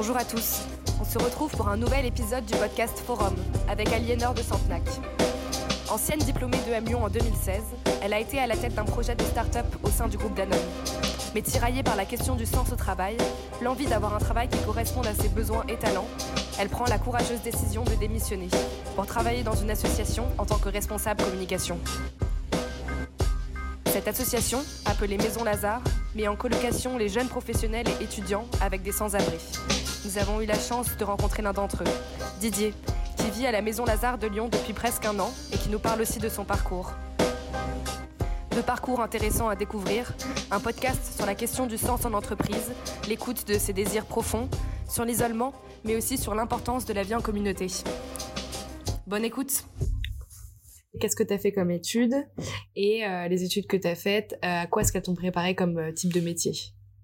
Bonjour à tous, on se retrouve pour un nouvel épisode du podcast Forum avec Aliénor de Santenac. Ancienne diplômée de M Lyon en 2016, elle a été à la tête d'un projet de start-up au sein du groupe Danone. Mais tiraillée par la question du sens au travail, l'envie d'avoir un travail qui corresponde à ses besoins et talents, elle prend la courageuse décision de démissionner pour travailler dans une association en tant que responsable communication. Cette association, appelée Maison Lazare, met en colocation les jeunes professionnels et étudiants avec des sans-abri. Nous avons eu la chance de rencontrer l'un d'entre eux, Didier, qui vit à la Maison Lazare de Lyon depuis presque 1 an et qui nous parle aussi de son parcours. Deux parcours intéressants à découvrir, un podcast sur la question du sens en entreprise, l'écoute de ses désirs profonds, sur l'isolement, mais aussi sur l'importance de la vie en communauté. Bonne écoute! Qu'est-ce que tu as fait comme études et les études que tu as faites, à quoi est-ce qu'elles t'ont préparé comme type de métier?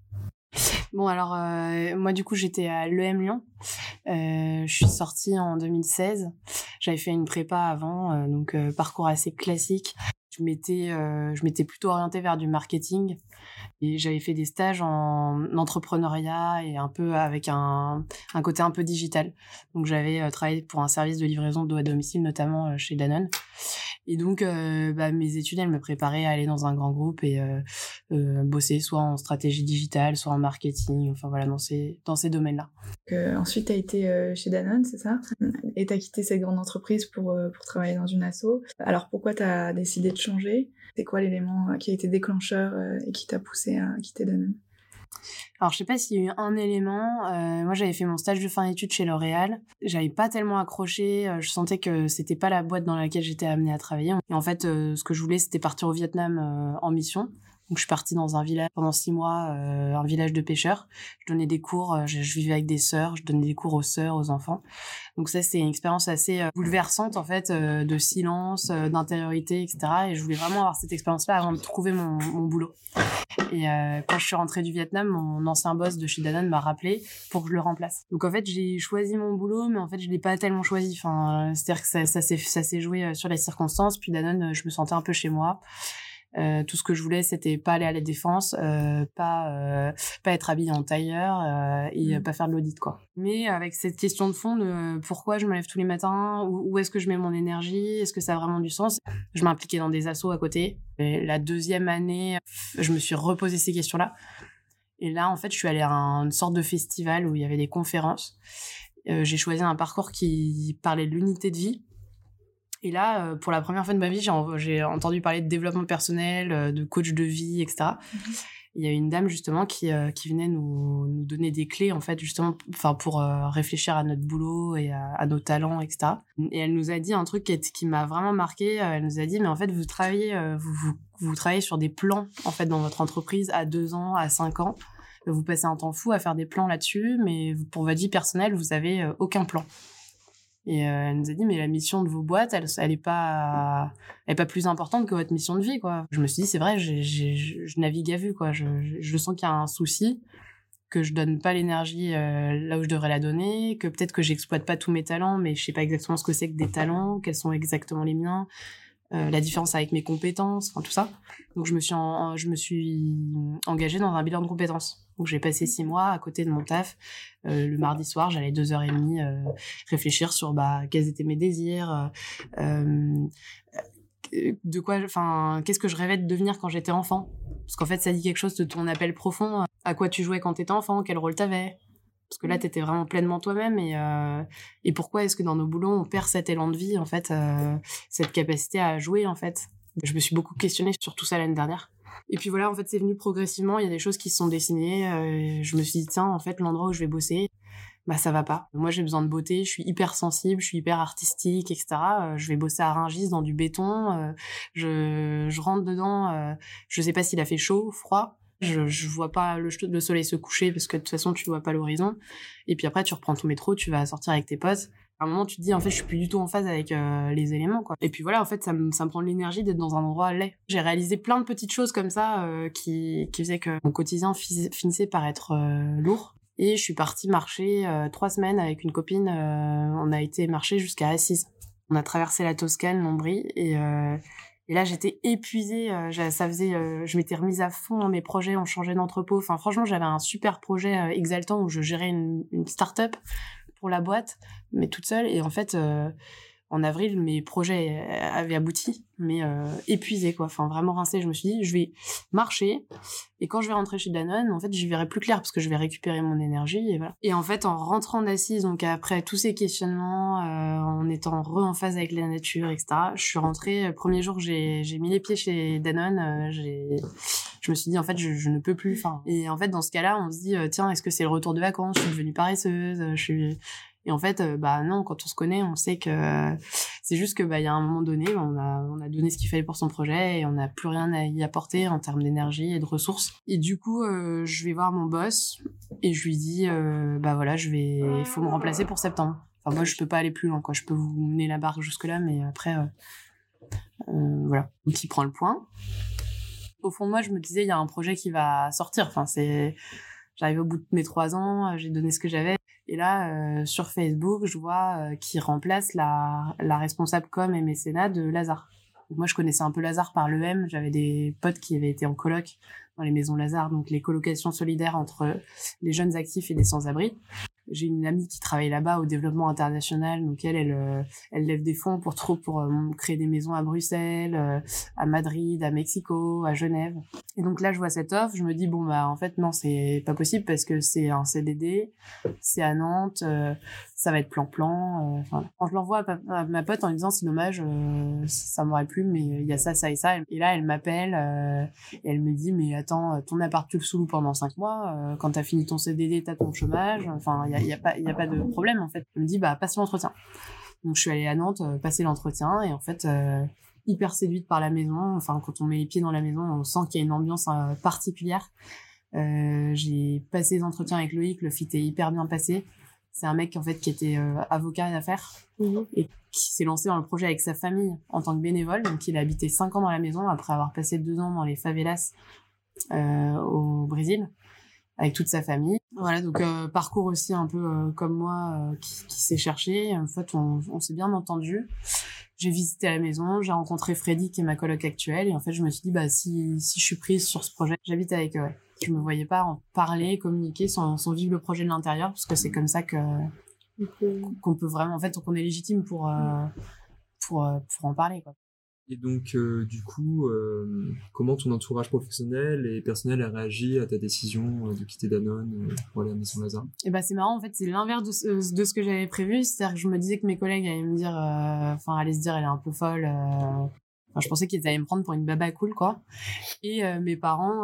Bon, alors, moi, du coup, j'étais à l'EM Lyon. Je suis sortie en 2016. J'avais fait une prépa avant, donc parcours assez classique. Je m'étais plutôt orientée vers du marketing et j'avais fait des stages en entrepreneuriat et un peu avec un côté un peu digital. Donc, j'avais travaillé pour un service de livraison d'eau à domicile, notamment chez Danone. Et donc, mes études, elles me préparaient à aller dans un grand groupe et bosser soit en stratégie digitale, soit en marketing, enfin voilà, dans ces domaines-là. Ensuite, tu as été chez Danone, c'est ça? Et tu as quitté cette grande entreprise pour travailler dans une asso. Alors, pourquoi tu as décidé de changer? C'est quoi l'élément qui a été déclencheur et qui t'a poussé à quitter Danone? Alors, je sais pas s'il y a eu un élément. Moi, j'avais fait mon stage de fin d'études chez L'Oréal. J'avais pas tellement accroché. Je sentais que c'était pas la boîte dans laquelle j'étais amenée à travailler. Et en fait, ce que je voulais, c'était partir au Vietnam en mission. Donc, je suis partie dans un village pendant 6 mois, un village de pêcheurs. Je donnais des cours, je vivais avec des sœurs, je donnais des cours aux sœurs, aux enfants. Donc ça, c'était une expérience assez bouleversante, en fait, de silence, d'intériorité, etc. Et je voulais vraiment avoir cette expérience-là avant de trouver mon boulot. Et quand je suis rentrée du Vietnam, mon ancien boss de chez Danone m'a rappelé pour que je le remplace. Donc en fait, j'ai choisi mon boulot, mais en fait, je l'ai pas tellement choisi. Enfin, c'est-à-dire que ça s'est joué sur les circonstances. Puis Danone, je me sentais un peu chez moi. Tout ce que je voulais, c'était pas aller à la défense, pas être habillée en tailleur et pas faire de l'audit, quoi. Mais avec cette question de fond de pourquoi je me lève tous les matins, où est-ce que je mets mon énergie, est-ce que ça a vraiment du sens, je m'impliquais dans des assos à côté. Et la 2e année, je me suis reposé ces questions-là. Et là, en fait, je suis allée à une sorte de festival où il y avait des conférences. J'ai choisi un parcours qui parlait de l'unité de vie. Et là, pour la première fois de ma vie, j'ai entendu parler de développement personnel, de coach de vie, etc. Il y a une dame, justement, qui venait nous donner des clés, en fait, justement, pour réfléchir à notre boulot et à nos talents, etc. Et elle nous a dit un truc qui m'a vraiment marqué. Elle nous a dit, mais en fait, vous travaillez sur des plans, en fait, dans votre entreprise à 2 ans, à 5 ans. Vous passez un temps fou à faire des plans là-dessus, mais pour votre vie personnelle, vous avez aucun plan. Et elle nous a dit, mais la mission de vos boîtes, elle est pas plus importante que votre mission de vie, quoi. Je me suis dit, c'est vrai, je navigue à vue, quoi. Je sens qu'il y a un souci, que je donne pas l'énergie là où je devrais la donner, que peut-être que j'exploite pas tous mes talents, mais je sais pas exactement ce que c'est que des talents, quels sont exactement les miens, la différence avec mes compétences, enfin tout ça. Donc je me suis engagée dans un bilan de compétences. Donc j'ai passé 6 mois à côté de mon taf. Le mardi soir, j'allais 2h30 réfléchir sur quels étaient mes désirs, qu'est-ce que je rêvais de devenir quand j'étais enfant. Parce qu'en fait, ça dit quelque chose de ton appel profond. À quoi tu jouais quand t'étais enfant, quel rôle t'avais. Parce que là, t'étais vraiment pleinement toi-même. Et pourquoi est-ce que dans nos boulots, on perd cet élan de vie, en fait, cette capacité à jouer, en fait. Je me suis beaucoup questionnée sur tout ça l'année dernière. Et puis voilà, en fait, c'est venu progressivement. Il y a des choses qui se sont dessinées. Je me suis dit, tiens, en fait, l'endroit où je vais bosser, ça va pas. Moi, j'ai besoin de beauté. Je suis hyper sensible, je suis hyper artistique, etc. Je vais bosser à Rungis dans du béton. Je rentre dedans. Je sais pas s'il a fait chaud, froid. Je vois pas le soleil se coucher parce que de toute façon, tu vois pas l'horizon. Et puis après, tu reprends ton métro, tu vas sortir avec tes potes. À un moment, tu te dis, en fait, je suis plus du tout en phase avec les éléments, quoi. Et puis voilà, en fait, ça me prend de l'énergie d'être dans un endroit laid. J'ai réalisé plein de petites choses comme ça qui faisaient que mon quotidien finissait par être lourd. Et je suis partie marcher 3 semaines avec une copine. On a été marcher jusqu'à Assise. On a traversé la Toscane, l'Ombrie, et Et là, j'étais épuisée. Je m'étais remise à fond dans mes projets. On changeait d'entrepôt. Enfin, franchement, j'avais un super projet exaltant où je gérais une start-up pour la boîte, mais toute seule. Et en fait, en avril, mes projets avaient abouti, mais épuisée, quoi. Enfin, vraiment rincée. Je me suis dit, je vais marcher. Et quand je vais rentrer chez Danone, en fait, j'y verrai plus clair parce que je vais récupérer mon énergie. Et voilà. Et en fait, en rentrant d'Assise, donc après tous ces questionnements, en étant en phase avec la nature, etc., je suis rentrée. Premier jour, j'ai mis les pieds chez Danone. Je me suis dit, en fait, je ne peux plus. Enfin, et en fait, dans ce cas-là, on se dit, tiens, est-ce que c'est le retour de vacances? Je suis devenue paresseuse. Et en fait, non, quand on se connaît, on sait que c'est juste que il y a un moment donné, on a donné ce qu'il fallait pour son projet et on n'a plus rien à y apporter en termes d'énergie et de ressources. Et du coup, je vais voir mon boss et je lui dis, il faut me remplacer pour septembre. Enfin, moi, je peux pas aller plus loin, quoi. Je peux vous mener la barre jusque-là, mais après, voilà. Donc, il prend le point. Au fond de moi, je me disais, il y a un projet qui va sortir. Enfin, j'arrivais au bout de mes 3 ans, j'ai donné ce que j'avais. Et là, sur Facebook, je vois qu'il remplace la responsable com et mécénat de Lazare. Donc moi, je connaissais un peu Lazare par l'EM. J'avais des potes qui avaient été en coloc dans les maisons Lazare, donc les colocations solidaires entre les jeunes actifs et les sans-abri. J'ai une amie qui travaille là-bas au développement international, donc elle lève des fonds pour créer des maisons à Bruxelles, à Madrid, à Mexico, à Genève. Et donc là, je vois cette offre, je me dis en fait non, c'est pas possible parce que c'est un CDD, c'est à Nantes, ça va être plan-plan. Quand je l'envoie à ma pote en lui disant c'est dommage, ça m'aurait plu, mais il y a ça, ça et ça. Et là, elle m'appelle et elle me dit mais attends, ton appart tu le sous-loues pendant 5 mois, quand t'as fini ton CDD, t'as ton chômage. Enfin, il y a pas de problème en fait. Elle me dit passe l'entretien. Donc je suis allée à Nantes passer l'entretien et en fait hyper séduite par la maison. Enfin, quand on met les pieds dans la maison, on sent qu'il y a une ambiance particulière. J'ai passé les entretiens avec Loïc, le fit est hyper bien passé. C'est un mec en fait qui était avocat d'affaires et qui s'est lancé dans le projet avec sa famille en tant que bénévole. Donc il a habité 5 ans dans la maison après avoir passé 2 ans dans les favelas au Brésil avec toute sa famille. Voilà, donc parcours aussi un peu comme moi qui s'est cherché. En fait, on s'est bien entendu. J'ai visité la maison, j'ai rencontré Freddy qui est ma coloc actuelle et en fait je me suis dit si je suis prise sur ce projet, j'habite avec eux. Ouais. Je me voyais pas en parler, communiquer sans vivre le projet de l'intérieur parce que c'est comme ça qu'on peut vraiment en fait qu'on est légitime pour en parler quoi. Et donc du coup comment ton entourage professionnel et personnel a réagi à ta décision de quitter Danone pour aller à Maison Lazare? Et c'est marrant en fait, c'est l'inverse de ce que j'avais prévu, c'est-à-dire que je me disais que mes collègues allaient me dire allaient se dire elle est un peu folle. Je pensais qu'ils allaient me prendre pour une baba cool quoi. Et mes parents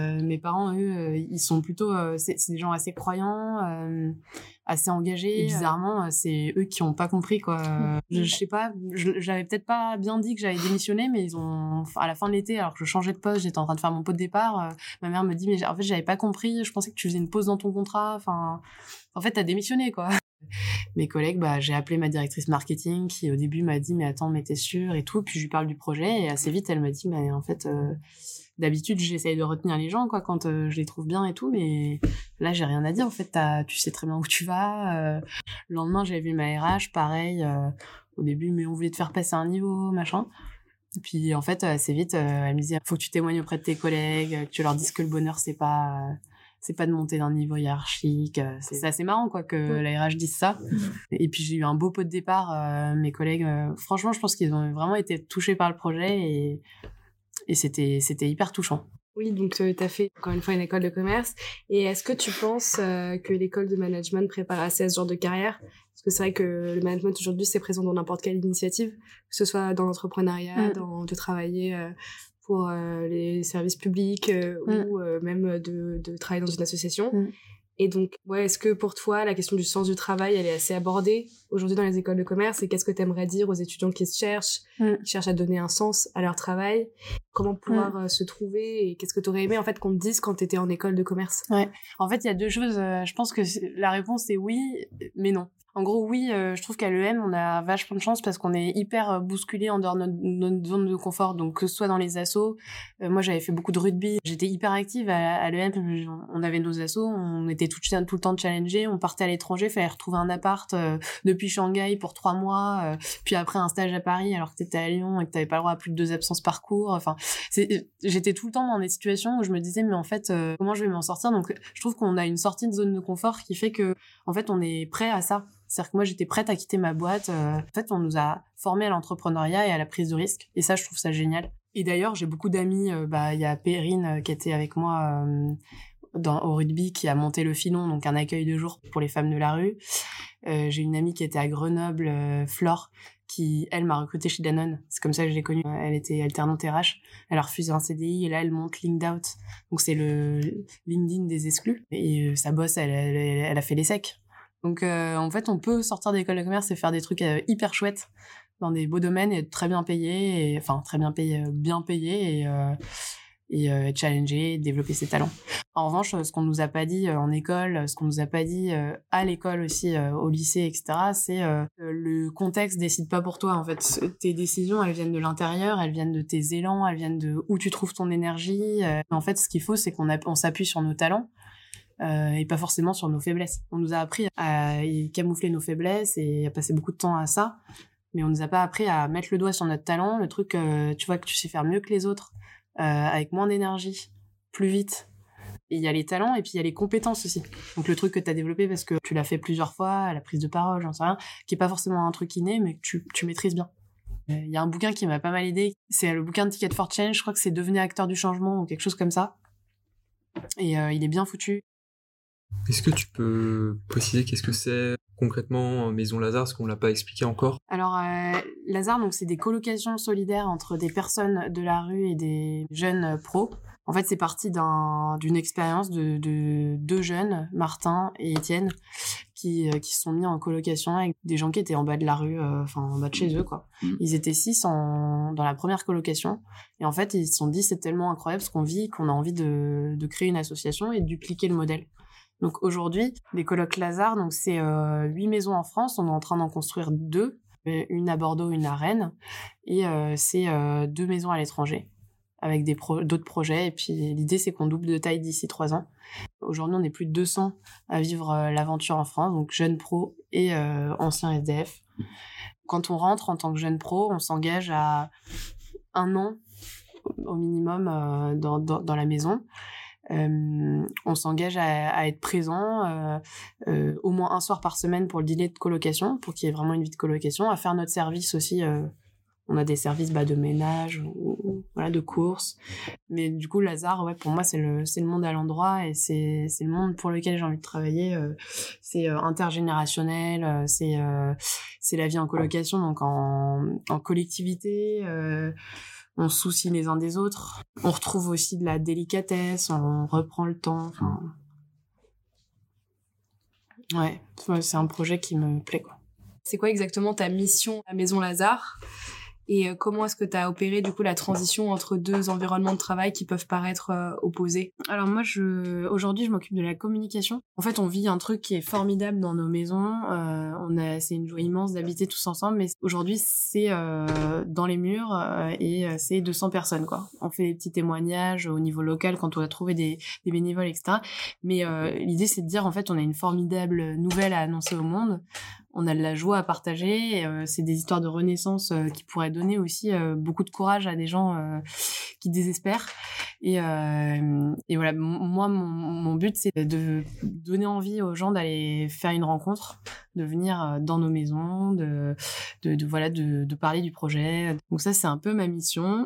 eux ils sont plutôt c'est des gens assez croyants, assez engagés. Et bizarrement c'est eux qui ont pas compris quoi. Je sais pas, j'avais peut-être pas bien dit que j'allais démissionner, mais ils ont à la fin de l'été alors que je changeais de poste, j'étais en train de faire mon pot de départ, ma mère me dit mais en fait j'avais pas compris, je pensais que tu faisais une pause dans ton contrat, en fait t'as démissionné quoi. Mes collègues, j'ai appelé ma directrice marketing qui au début m'a dit mais attends mais t'es sûre et tout, puis je lui parle du projet et assez vite elle m'a dit mais en fait d'habitude j'essaye de retenir les gens quoi quand je les trouve bien et tout, mais là j'ai rien à dire en fait, tu sais très bien où tu vas. Le lendemain j'avais vu ma RH pareil, au début mais on voulait te faire passer un niveau machin. Et puis en fait assez vite elle me disait faut que tu témoignes auprès de tes collègues, que tu leur dises que le bonheur c'est pas de monter d'un niveau hiérarchique. C'est assez marrant quoi que la RH dise ça. Et puis j'ai eu un beau pot de départ. Mes collègues, franchement, je pense qu'ils ont vraiment été touchés par le projet et c'était hyper touchant. Oui, donc tu as fait encore une fois une école de commerce. Et est-ce que tu penses que l'école de management prépare assez à ce genre de carrière? Parce que c'est vrai que le management aujourd'hui, c'est présent dans n'importe quelle initiative, que ce soit dans l'entrepreneuriat, de travailler pour les services publics ou même de travailler dans une association. Et donc, est-ce que pour toi, la question du sens du travail, elle est assez abordée aujourd'hui dans les écoles de commerce? Et qu'est-ce que tu aimerais dire aux étudiants qui se cherchent, qui cherchent à donner un sens à leur travail? Comment pouvoir se trouver? Et qu'est-ce que tu aurais aimé en fait qu'on te dise quand tu étais en école de commerce? Ouais. En fait, il y a 2 choses. Je pense que la réponse est oui, mais non. En gros, oui, je trouve qu'à l'EM, on a vachement de chance parce qu'on est hyper bousculé en dehors de notre zone de confort. Donc, que ce soit dans les assos, moi, j'avais fait beaucoup de rugby. J'étais hyper active à l'EM. On avait nos assos, on était tout le temps challengés. On partait à l'étranger, fallait retrouver un appart depuis Shanghai pour 3 mois. Puis après, un stage à Paris alors que t'étais à Lyon et que t'avais pas le droit à plus de 2 absences par cours. Enfin, j'étais tout le temps dans des situations où je me disais, mais en fait, comment je vais m'en sortir? Donc, je trouve qu'on a une sortie de zone de confort qui fait que, en fait, on est prêt à ça. C'est-à-dire que moi, j'étais prête à quitter ma boîte. En fait, on nous a formés à l'entrepreneuriat et à la prise de risque. Et ça, je trouve ça génial. Et d'ailleurs, j'ai beaucoup d'amis. Il y a Perrine qui était avec moi au rugby, qui a monté le Filon, donc un accueil de jour pour les femmes de la rue. J'ai une amie qui était à Grenoble, Flore, qui, elle, m'a recrutée chez Danone. C'est comme ça que je l'ai connue. Elle était alternante RH. Elle a refusé un CDI et là, elle monte LinkedOut. Donc, c'est le LinkedIn des exclus. Et sa boss, elle a fait les secs. Donc, en fait, on peut sortir d'école de commerce et faire des trucs hyper chouettes dans des beaux domaines et être très bien payé, bien payé et challenger, développer ses talents. En revanche, ce qu'on nous a pas dit en école, ce qu'on nous a pas dit à l'école aussi, au lycée, etc., c'est le contexte décide pas pour toi. En fait, tes décisions, elles viennent de l'intérieur, elles viennent de tes élans, elles viennent de où tu trouves ton énergie. En fait, ce qu'il faut, c'est qu'on s'appuie sur nos talents. Et pas forcément sur nos faiblesses. On nous a appris à camoufler nos faiblesses et à passer beaucoup de temps à ça, mais on nous a pas appris à mettre le doigt sur notre talent, le truc tu vois que tu sais faire mieux que les autres, avec moins d'énergie, plus vite. Et il y a les talents et puis il y a les compétences aussi. Donc le truc que tu as développé parce que tu l'as fait plusieurs fois, la prise de parole, j'en sais rien, qui est pas forcément un truc inné, mais que tu maîtrises bien. Il y a un bouquin qui m'a pas mal aidé, c'est le bouquin de Ticket for Change, je crois que c'est Devenez acteur du changement ou quelque chose comme ça. Et il est bien foutu. Est-ce que tu peux préciser qu'est-ce que c'est concrètement Maison Lazare, parce qu'on l'a pas expliqué encore? Alors, Lazare, donc, c'est des colocations solidaires entre des personnes de la rue et des jeunes pros. En fait, c'est parti d'une expérience de 2 jeunes, Martin et Étienne, qui se sont mis en colocation avec des gens qui étaient en bas de la rue, en bas de chez eux, quoi. Ils étaient 6 dans la première colocation. Et en fait, ils se sont dit, c'est tellement incroyable ce qu'on vit qu'on a envie de créer une association et de dupliquer le modèle. Donc aujourd'hui, les colocs Lazare, donc c'est 8 maisons en France. On est en train d'en construire 2, une à Bordeaux, une à Rennes, et c'est 2 maisons à l'étranger avec d'autres projets. Et puis l'idée, c'est qu'on double de taille d'ici 3 ans. Aujourd'hui, on est plus de 200 à vivre l'aventure en France, donc jeunes pros et anciens SDF. Quand on rentre en tant que jeune pro, on s'engage à 1 an au minimum dans la maison. On s'engage à être présent au moins un soir par semaine pour le dîner de colocation, pour qu'il y ait vraiment une vie de colocation, à faire notre service aussi. On a des services de ménage, voilà, de courses. Mais du coup, Lazare, ouais, pour moi, c'est le monde à l'endroit et c'est le monde pour lequel j'ai envie de travailler. C'est intergénérationnel, c'est la vie en colocation, donc en collectivité. On se soucie les uns des autres. On retrouve aussi de la délicatesse, on reprend le temps. Ouais, c'est un projet qui me plaît, quoi. C'est quoi exactement ta mission à Maison Lazare ? Et comment est-ce que tu as opéré du coup la transition entre 2 environnements de travail qui peuvent paraître opposés ? Alors moi, aujourd'hui, je m'occupe de la communication. En fait, on vit un truc qui est formidable dans nos maisons. C'est une joie immense d'habiter tous ensemble, mais aujourd'hui, c'est dans les murs et c'est 200 personnes, quoi. On fait des petits témoignages au niveau local quand on a trouvé des bénévoles, etc. Mais l'idée, c'est de dire, en fait, on a une formidable nouvelle à annoncer au monde. On a de la joie à partager. C'est des histoires de renaissance qui pourraient donner aussi beaucoup de courage à des gens qui désespèrent. Et voilà, moi, mon but, c'est de donner envie aux gens d'aller faire une rencontre, de venir dans nos maisons, de parler du projet. Donc ça, c'est un peu ma mission.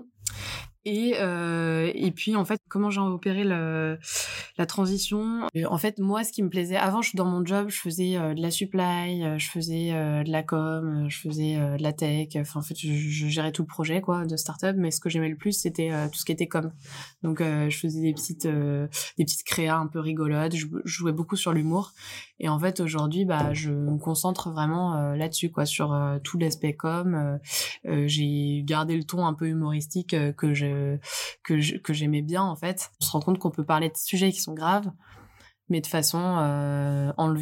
Et puis en fait, comment j'ai opéré la transition. En fait, moi, ce qui me plaisait avant, dans mon job, je faisais de la supply, je faisais de la com, je faisais de la tech. Enfin, en fait, je gérais tout le projet, quoi, de start-up. Mais ce que j'aimais le plus, c'était tout ce qui était com. Donc, je faisais des petites créas un peu rigolotes. Je jouais beaucoup sur l'humour. Et en fait, aujourd'hui, je me concentre vraiment là-dessus, quoi, sur tout l'aspect com. J'ai gardé le ton un peu humoristique que j'aimais bien, en fait. On se rend compte qu'on peut parler de sujets qui sont graves, mais de façon enlevée.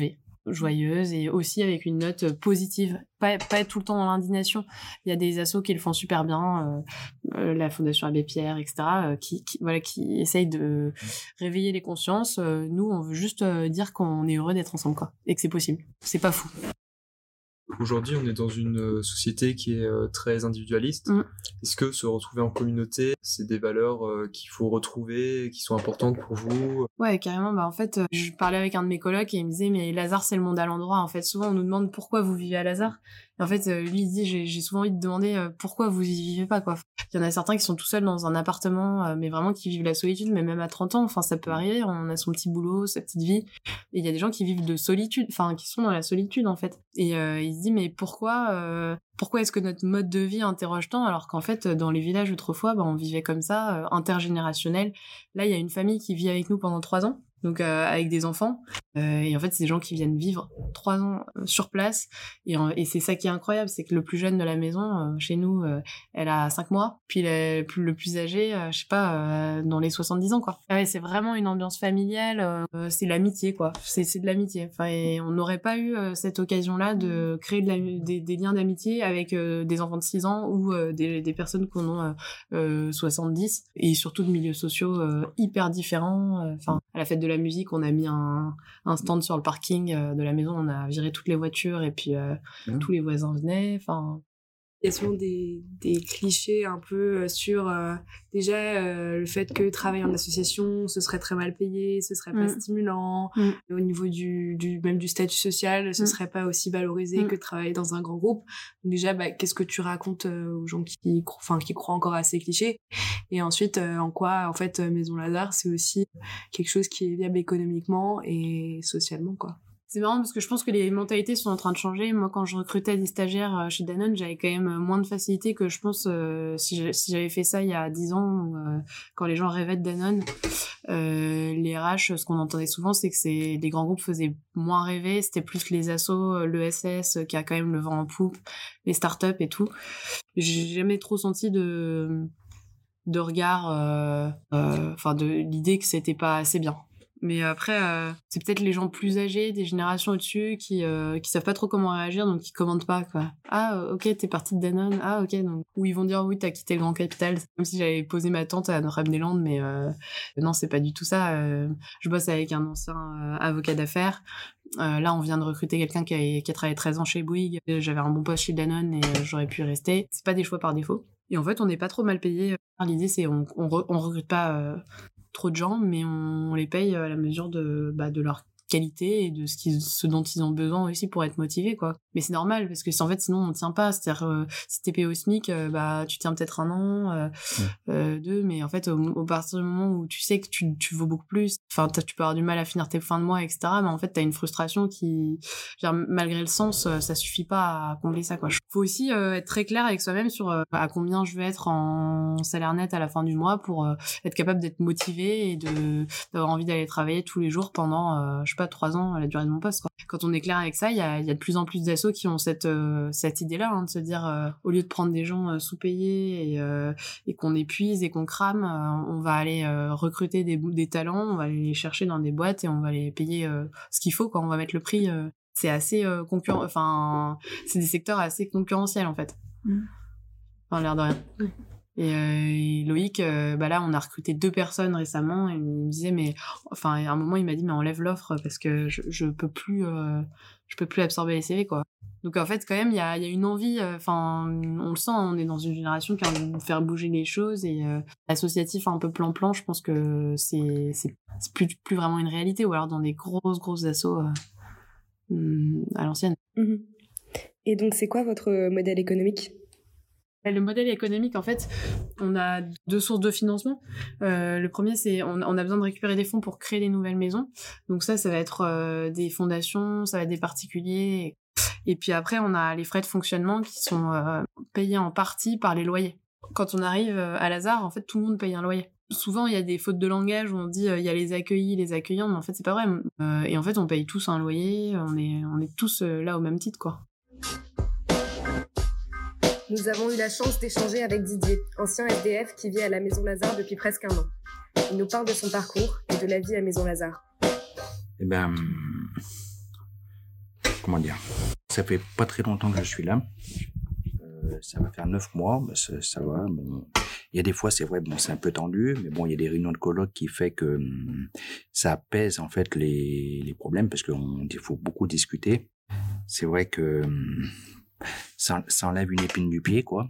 joyeuse et aussi avec une note positive, pas être tout le temps dans l'indignation. Il y a des assos qui le font super bien, la Fondation Abbé Pierre, etc., qui essayent de réveiller les consciences. Nous, on veut juste dire qu'on est heureux d'être ensemble, quoi, et que c'est possible. C'est pas fou. Aujourd'hui, on est dans une société qui est très individualiste. Est-ce que se retrouver en communauté, c'est des valeurs qu'il faut retrouver, qui sont importantes pour vous? Ouais, carrément. En fait, je parlais avec un de mes colocs et il me disait, mais Lazare, c'est le monde à l'endroit. En fait, souvent, on nous demande pourquoi vous vivez à Lazare. Et en fait, lui, il dit, j'ai souvent envie de demander pourquoi vous y vivez pas, quoi. Il y en a certains qui sont tout seuls dans un appartement, mais vraiment qui vivent la solitude, mais même à 30 ans, enfin, ça peut arriver. On a son petit boulot, sa petite vie. Et il y a des gens qui vivent de solitude, enfin, qui sont dans la solitude, en fait. Et il se dit, mais pourquoi est-ce que notre mode de vie interroge tant, alors qu'en fait, dans les villages autrefois, on vivait comme ça, intergénérationnel. Là, il y a une famille qui vit avec nous pendant 3 ans. Donc avec des enfants, et en fait c'est des gens qui viennent vivre 3 ans sur place, et c'est ça qui est incroyable, c'est que le plus jeune de la maison, chez nous, elle a 5 mois, puis le plus âgé, je sais pas, dans les 70 ans, quoi. Ah ouais, c'est vraiment une ambiance familiale, c'est l'amitié, quoi, c'est de l'amitié. Enfin, et on n'aurait pas eu cette occasion-là de créer des liens d'amitié avec des enfants de 6 ans ou des personnes qui en ont 70, et surtout de milieux sociaux hyper différents. Enfin, à la fête de la musique, on a mis un stand sur le parking de la maison, on a viré toutes les voitures et puis tous les voisins venaient. Enfin, il y a souvent des clichés un peu sur le fait que travailler en association, ce serait très mal payé, ce serait pas stimulant. Au niveau même du statut social, ce serait pas aussi valorisé que de travailler dans un grand groupe. Donc déjà, qu'est-ce que tu racontes aux gens qui croient encore à ces clichés? Et ensuite, en quoi, en fait, Maison Lazare, c'est aussi quelque chose qui est viable économiquement et socialement, quoi. C'est marrant parce que je pense que les mentalités sont en train de changer. Moi, quand je recrutais des stagiaires chez Danone, j'avais quand même moins de facilité que je pense si j'avais fait ça il y a 10 ans, quand les gens rêvaient de Danone. Les RH, ce qu'on entendait souvent, c'est que les grands groupes faisaient moins rêver. C'était plus les assos, l'ESS, qui a quand même le vent en poupe, les startups et tout. J'ai jamais trop senti de regard, de l'idée que c'était pas assez bien. Mais après, c'est peut-être les gens plus âgés, des générations au-dessus, qui savent pas trop comment réagir, donc qui commentent pas, quoi. Ah, ok, t'es partie de Danone. Ah, ok, donc. Ou ils vont dire, oui, t'as quitté le Grand Capital. C'est comme si j'avais posé ma tante à Notre-Dame-des-Landes, mais non, c'est pas du tout ça. Je bosse avec un ancien avocat d'affaires. Là, on vient de recruter quelqu'un qui a travaillé 13 ans chez Bouygues. J'avais un bon poste chez Danone et j'aurais pu y rester. C'est pas des choix par défaut. Et en fait, on n'est pas trop mal payé. L'idée, c'est on recrute pas trop de gens, mais on les paye à la mesure de leur qualité et de ce dont ils ont besoin aussi pour être motivés, quoi. Mais c'est normal, parce que en fait, sinon, on tient pas. C'est-à-dire, si t'es payé au SMIC, tu tiens peut-être 1 an, 2, mais en fait, au partir du moment où tu sais que tu vaux beaucoup plus, enfin, tu peux avoir du mal à finir tes fins de mois, etc., mais en fait, t'as une frustration qui, malgré le sens, ça suffit pas à combler ça, quoi. Faut aussi être très clair avec soi-même sur à combien je vais être en salaire net à la fin du mois pour être capable d'être motivé et d'avoir envie d'aller travailler tous les jours pendant, 3 ans, la durée de mon poste, quoi. Quand on est clair avec ça, il y a de plus en plus d'assos qui ont cette idée-là, de se dire, au lieu de prendre des gens sous-payés et qu'on épuise et qu'on crame, on va aller recruter des talents, on va aller les chercher dans des boîtes et on va les payer ce qu'il faut, quoi. On va mettre le prix. C'est assez c'est des secteurs assez concurrentiels, en fait. Enfin, l'air de rien. Et Loïc, là, on a recruté 2 personnes récemment, et il me disait, à un moment, il m'a dit, mais enlève l'offre parce que je peux plus absorber les CV, quoi. Donc, en fait, quand même, il y a une envie, on le sent, on est dans une génération qui a envie de faire bouger les choses, et l'associatif un peu plan-plan, je pense que c'est plus vraiment une réalité, ou alors dans des grosses assos à l'ancienne. Et donc, c'est quoi votre modèle économique ? Le modèle économique, en fait, on a 2 sources de financement. Le premier, c'est on a besoin de récupérer des fonds pour créer des nouvelles maisons. Donc ça va être des fondations, ça va être des particuliers. Et puis après, on a les frais de fonctionnement qui sont payés en partie par les loyers. Quand on arrive à Lazare, en fait, tout le monde paye un loyer. Souvent, il y a des fautes de langage où on dit il y a les accueillis, les accueillants, mais en fait, c'est pas vrai. Et en fait, on paye tous un loyer, on est tous là au même titre, quoi. Nous avons eu la chance d'échanger avec Didier, ancien SDF qui vit à la Maison Lazare depuis presque 1 an. Il nous parle de son parcours et de la vie à Maison Lazare. comment dire, ça fait pas très longtemps que je suis là. Ça va faire 9 mois, bah ça va. Bon, il y a des fois, c'est vrai, bon, c'est un peu tendu, mais bon, il y a des réunions de colloques qui fait que ça apaise en fait les problèmes parce qu'il faut beaucoup discuter. C'est vrai que ça enlève une épine du pied, quoi.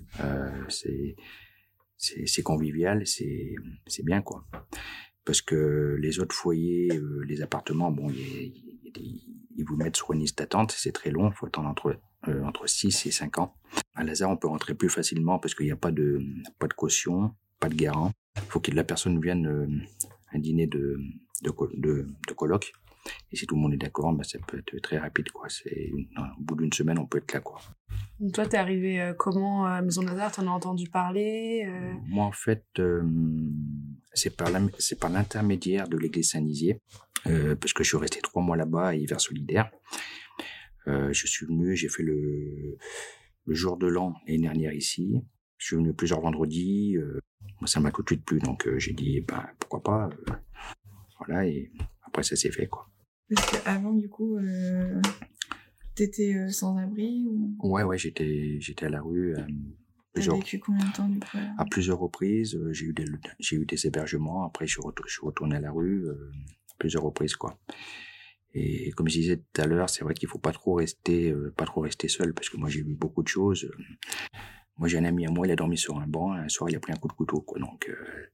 C'est convivial, c'est bien, quoi. Parce que les autres foyers, les appartements, bon, ils vous mettent sur une liste d'attente, c'est très long, il faut attendre entre 6 et 5 ans. À Lazare, on peut rentrer plus facilement parce qu'il n'y a pas de caution, pas de garant. Il faut que la personne vienne à un dîner de colloque. Et si tout le monde est d'accord, bah, ça peut être très rapide, quoi. Au bout d'une semaine, on peut être là, quoi. Donc toi, t'es arrivé comment à Maison Lazare? T'en as entendu parler? Moi, en fait, c'est par l'intermédiaire de l'église Saint-Nizier, parce que je suis resté 3 mois là-bas à Hiver Solidaire. Je suis venu, j'ai fait le jour de l'an l'année dernière ici. Je suis venu plusieurs vendredis. Moi, ça m'a tout de suite plu, donc j'ai dit, bah, pourquoi pas. Voilà, et après, ça s'est fait, quoi. Parce qu'avant, du coup, t'étais sans-abri ou... Ouais, j'étais à la rue. T'as vécu combien de temps, du coup? À plusieurs reprises, j'ai eu des hébergements. Après, je suis retourné à la rue, plusieurs reprises, quoi. Et comme je disais tout à l'heure, c'est vrai qu'il faut pas trop rester seul, parce que moi, j'ai vu beaucoup de choses. Moi, j'ai un ami à moi, il a dormi sur un banc. Un soir, il a pris un coup de couteau, quoi. Donc,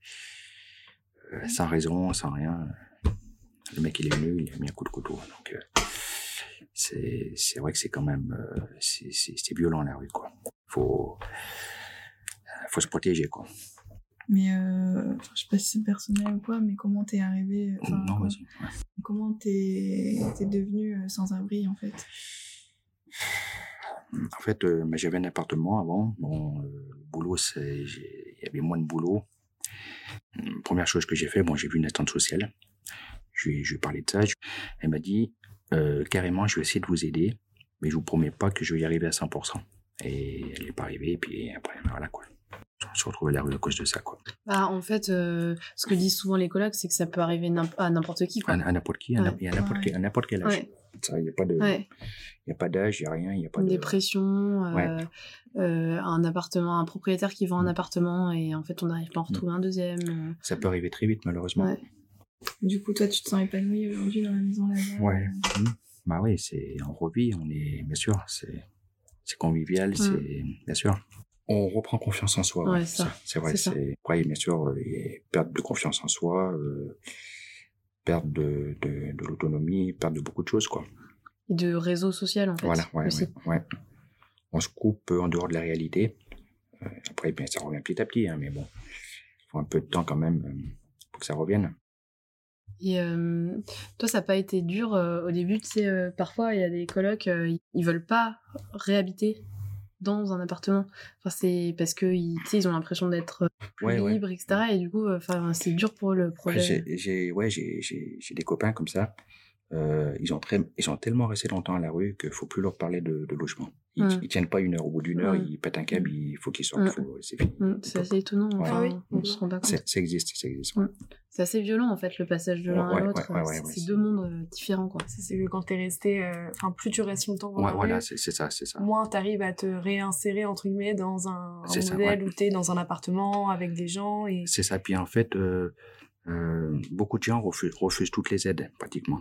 sans raison, sans rien. Le mec, il est venu, il a mis un coup de couteau. Donc, c'est vrai que c'est quand même, c'est violent, la rue, quoi. Faut se protéger, quoi. Mais, je sais pas si c'est personnel ou quoi, mais comment t'es arrivé, non, vas-y. Ouais. Comment t'es devenu sans-abri, en fait? En fait, j'avais un appartement avant. Bon, le boulot, il y avait moins de boulot. Première chose que j'ai fait, bon, j'ai vu une assistante sociale. Je lui ai parlé de ça. Elle m'a dit, carrément, je vais essayer de vous aider, mais je vous promets pas que je vais y arriver à 100%. Et elle n'est pas arrivée, et puis après, voilà, quoi. On se retrouve à la rue à cause de ça, quoi. Bah, en fait, ce que disent souvent les colocs, c'est que ça peut arriver à n'importe qui, quoi. À n'importe qui, ouais. à n'importe quel âge. Ouais. Ça, il n'y a pas de, y a pas d'âge, il n'y a rien, il n'y a pas une de... dépression, un appartement, un propriétaire qui vend un appartement et en fait on n'arrive pas à en retrouver un deuxième. Ça peut arriver très vite, malheureusement. Ouais. Du coup, toi, tu te sens épanoui aujourd'hui dans la Maison Lazare? Ouais. Bah oui, on revit, on est, bien sûr, c'est convivial, c'est, bien sûr. On reprend confiance en soi. Ouais, c'est vrai. Après, bien sûr, perte de confiance en soi, perte de l'autonomie, perte de beaucoup de choses, quoi. Et de réseau social, en fait. Voilà, aussi. ouais. On se coupe en dehors de la réalité. Après, bien, ça revient petit à petit, hein, mais bon, il faut un peu de temps quand même pour que ça revienne. Et toi, ça n'a pas été dur au début, tu sais, parfois il y a des colocs, ils veulent pas réhabiter dans un appartement. Enfin, c'est parce que ils ont l'impression d'être plus libres, etc. Et du coup, c'est dur pour le projet. J'ai des copains comme ça. Ils ont tellement resté longtemps à la rue qu'il faut plus leur parler de logement. Ils tiennent pas une heure. Au bout d'une heure, ils pètent un câble, il faut qu'ils sortent. C'est fini. C'est assez étonnant. On se rend pas compte. Ça existe. Ouais. C'est assez violent, en fait, le passage de l'un à l'autre. C'est deux mondes différents, quoi. C'est que quand t'es resté, plus tu restes longtemps dans la voilà, rue, c'est ça. moins t'arrives à te réinsérer, entre guillemets, dans un modèle où t'es dans un appartement avec des gens. Et... C'est ça. Puis en fait, beaucoup de gens refusent toutes les aides, pratiquement.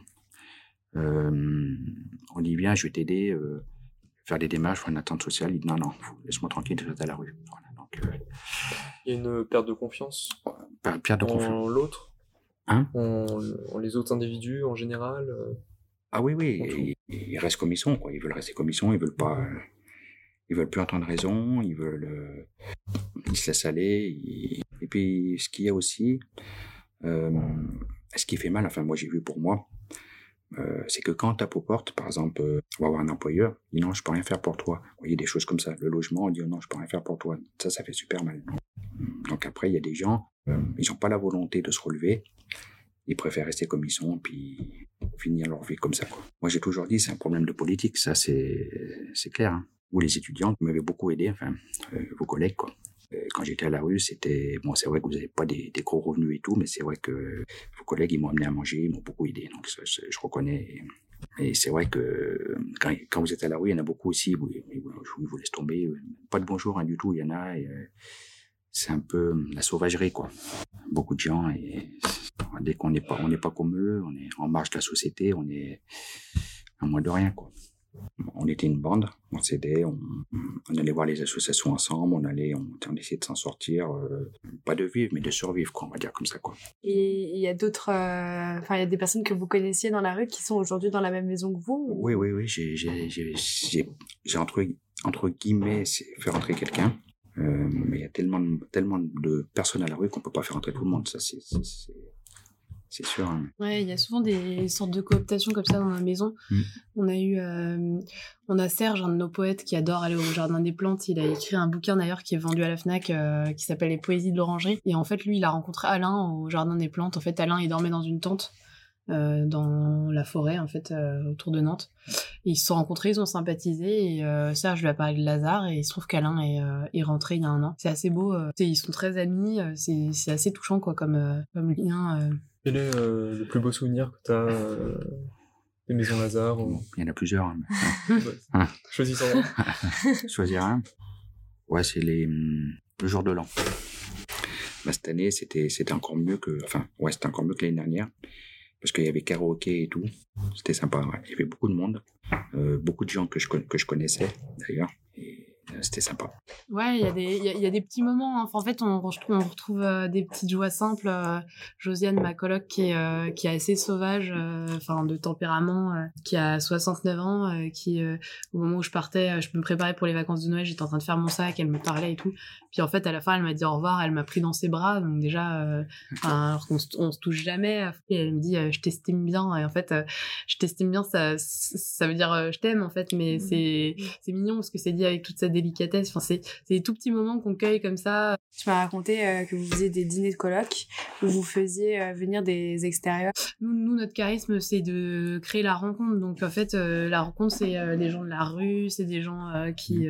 On dit bien, je vais t'aider, faire des démarches, faire une attente sociale. Il dit non, laisse-moi tranquille, je reste à la rue. Voilà, donc, il y a une perte de confiance. Perte de confiance. En l'autre, hein, en les autres individus en général. Ah oui, ils restent comme ils sont, quoi. Ils veulent rester comme ils sont, ils veulent plus entendre raison, ils se laissent aller. Et puis, ce qu'il y a aussi, ce qui fait mal, enfin moi j'ai vu pour moi, c'est que quand on tape aux portes, par exemple, on va avoir un employeur, il dit non, je peux rien faire pour toi. Vous voyez des choses comme ça. Le logement, on dit non, je peux rien faire pour toi. Ça fait super mal. Donc après, il y a des gens, ils n'ont pas la volonté de se relever. Ils préfèrent rester comme ils sont, puis finir leur vie comme ça, quoi. Moi, j'ai toujours dit, c'est un problème de politique. Ça, c'est clair. Hein. Vous, les étudiants, vous m'avez beaucoup aidé, enfin, vos collègues, quoi. Quand j'étais à la rue, c'était... Bon, c'est vrai que vous n'avez pas des gros revenus et tout, mais c'est vrai que vos collègues, ils m'ont amené à manger, ils m'ont beaucoup aidé. Donc, je reconnais. Et c'est vrai que quand vous êtes à la rue, il y en a beaucoup aussi, vous laissez tomber, pas de bonjour, rien du tout, il y en a, et c'est un peu la sauvagerie, quoi. Beaucoup de gens, et dès qu'on n'est pas comme eux, on est en marge de la société, on est à moins de rien, quoi. On était une bande, on s'aidait, on allait voir les associations ensemble, on essayait de s'en sortir, pas de vivre, mais de survivre, quoi, on va dire comme ça, quoi. Et il y a d'autres, il y a des personnes que vous connaissiez dans la rue qui sont aujourd'hui dans la même maison que vous? Oui, j'ai entre guillemets fait rentrer quelqu'un, mais il y a tellement de personnes à la rue qu'on peut pas faire rentrer tout le monde, ça c'est sûr. Hein. Ouais, il y a souvent des sortes de cooptations comme ça dans la maison. On a Serge, un de nos poètes qui adore aller au Jardin des Plantes. Il a écrit un bouquin d'ailleurs qui est vendu à la Fnac qui s'appelle Les Poésies de l'Orangerie. Et en fait, lui, il a rencontré Alain au Jardin des Plantes. En fait, Alain, il dormait dans une tente dans la forêt, en fait, autour de Nantes. Et ils se sont rencontrés, ils ont sympathisé. Et Serge lui a parlé de Lazare. Et il se trouve qu'Alain est rentré il y a 1 an. C'est assez beau. Ils sont très amis. C'est assez touchant, quoi, comme lien. Quel est le plus beau souvenir que tu as des maisons Lazare Il y en a plusieurs. Hein, mais... Choisissons un. Choisir un. Ouais, c'est le jour de l'an. Cette année, c'était encore mieux que... c'était encore mieux que l'année dernière. Parce qu'il y avait karaoké et tout. C'était sympa, ouais. Il y avait beaucoup de monde. Beaucoup de gens que je connaissais, d'ailleurs. Et c'était sympa. Ouais, il y a des petits moments. Hein. En fait, on retrouve des petites joies simples. Josiane, ma coloc, qui est assez sauvage, de tempérament, qui a 69 ans, qui, au moment où je partais, je me préparais pour les vacances de Noël, j'étais en train de faire mon sac, elle me parlait et tout. Puis en fait, à la fin, elle m'a dit au revoir, elle m'a pris dans ses bras. Donc déjà, alors qu'on se touche jamais. Et elle me dit, je t'estime bien. Et en fait, je t'estime bien, ça veut dire je t'aime, en fait. Mais c'est mignon parce que c'est dit avec toute cette délicatesse. C'est des tout petits moments qu'on cueille comme ça. Tu m'as raconté que vous faisiez des dîners de coloc où vous faisiez venir des extérieurs. Nous, notre charisme, c'est de créer la rencontre. Donc, en fait, la rencontre, c'est des gens de la rue, c'est des gens qui...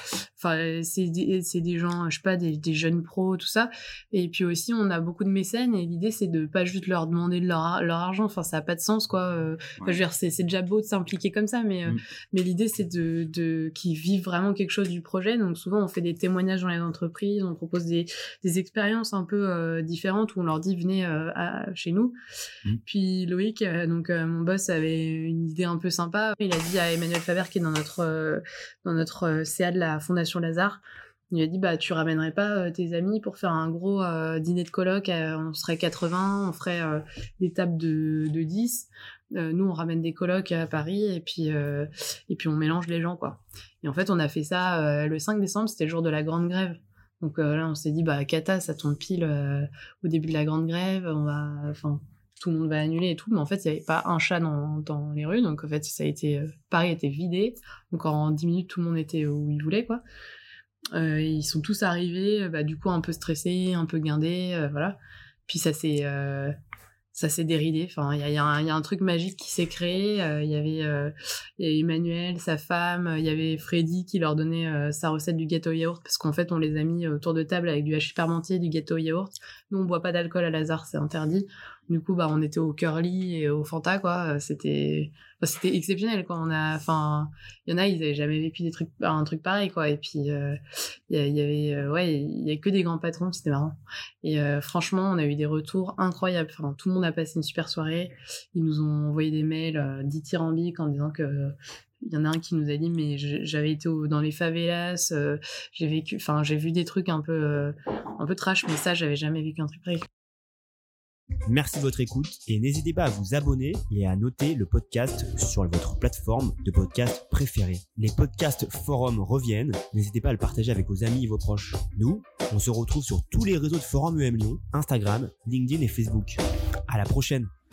c'est des gens, je sais pas, des jeunes pros, tout ça. Et puis aussi, on a beaucoup de mécènes et l'idée, c'est de pas juste leur demander de leur argent. Ça n'a pas de sens, quoi. Je veux dire, c'est déjà beau de s'impliquer comme ça, mais l'idée, c'est de qu'ils vivent vraiment quelque chose du projet. Donc, souvent, on fait des témoignages dans les entreprises, on propose des expériences un peu différentes où on leur dit venez chez nous. Puis Loïc, mon boss, avait une idée un peu sympa. Il a dit à Emmanuel Faber, qui est dans notre CA de la Fondation Lazare, il a dit tu ramènerais pas tes amis pour faire un gros dîner de coloc, on serait 80, on ferait des tables de 10. Nous on ramène des colocs à Paris et puis on mélange les gens, quoi. Et en fait on a fait ça le 5 décembre, c'était le jour de la grande grève. Donc là on s'est dit Cata, ça tombe pile au début de la grande grève, tout le monde va annuler et tout, mais en fait il n'y avait pas un chat dans les rues, donc en fait ça a été Paris était vidé, donc en 10 minutes tout le monde était où il voulait, quoi. Ils sont tous arrivés, du coup un peu stressés, un peu guindés, voilà. Puis ça s'est déridé. Il y a un truc magique qui s'est créé. Il y avait Emmanuel, sa femme, il y avait Freddy qui leur donnait sa recette du gâteau au yaourt, parce qu'en fait on les a mis autour de table avec du hachis parmentier, du gâteau au yaourt. Nous on boit pas d'alcool à Lazare, c'est interdit. Du coup on était au Curly et au Fanta, quoi. C'était exceptionnel, quoi. Il y en a, ils avaient jamais vécu un truc pareil, quoi. Et puis il y a que des grands patrons, c'était marrant. Et franchement, on a eu des retours incroyables. Tout le monde a passé une super soirée. Ils nous ont envoyé des mails dithyrambiques en disant que il y en a un qui nous a dit mais j'avais été dans les favelas, j'ai vu des trucs un peu trash, mais ça j'avais jamais vécu un truc pareil. Merci de votre écoute et n'hésitez pas à vous abonner et à noter le podcast sur votre plateforme de podcast préférée. Les podcasts Forum reviennent, n'hésitez pas à le partager avec vos amis et vos proches. Nous, on se retrouve sur tous les réseaux de Forum UM Lyon, Instagram, LinkedIn et Facebook. À la prochaine.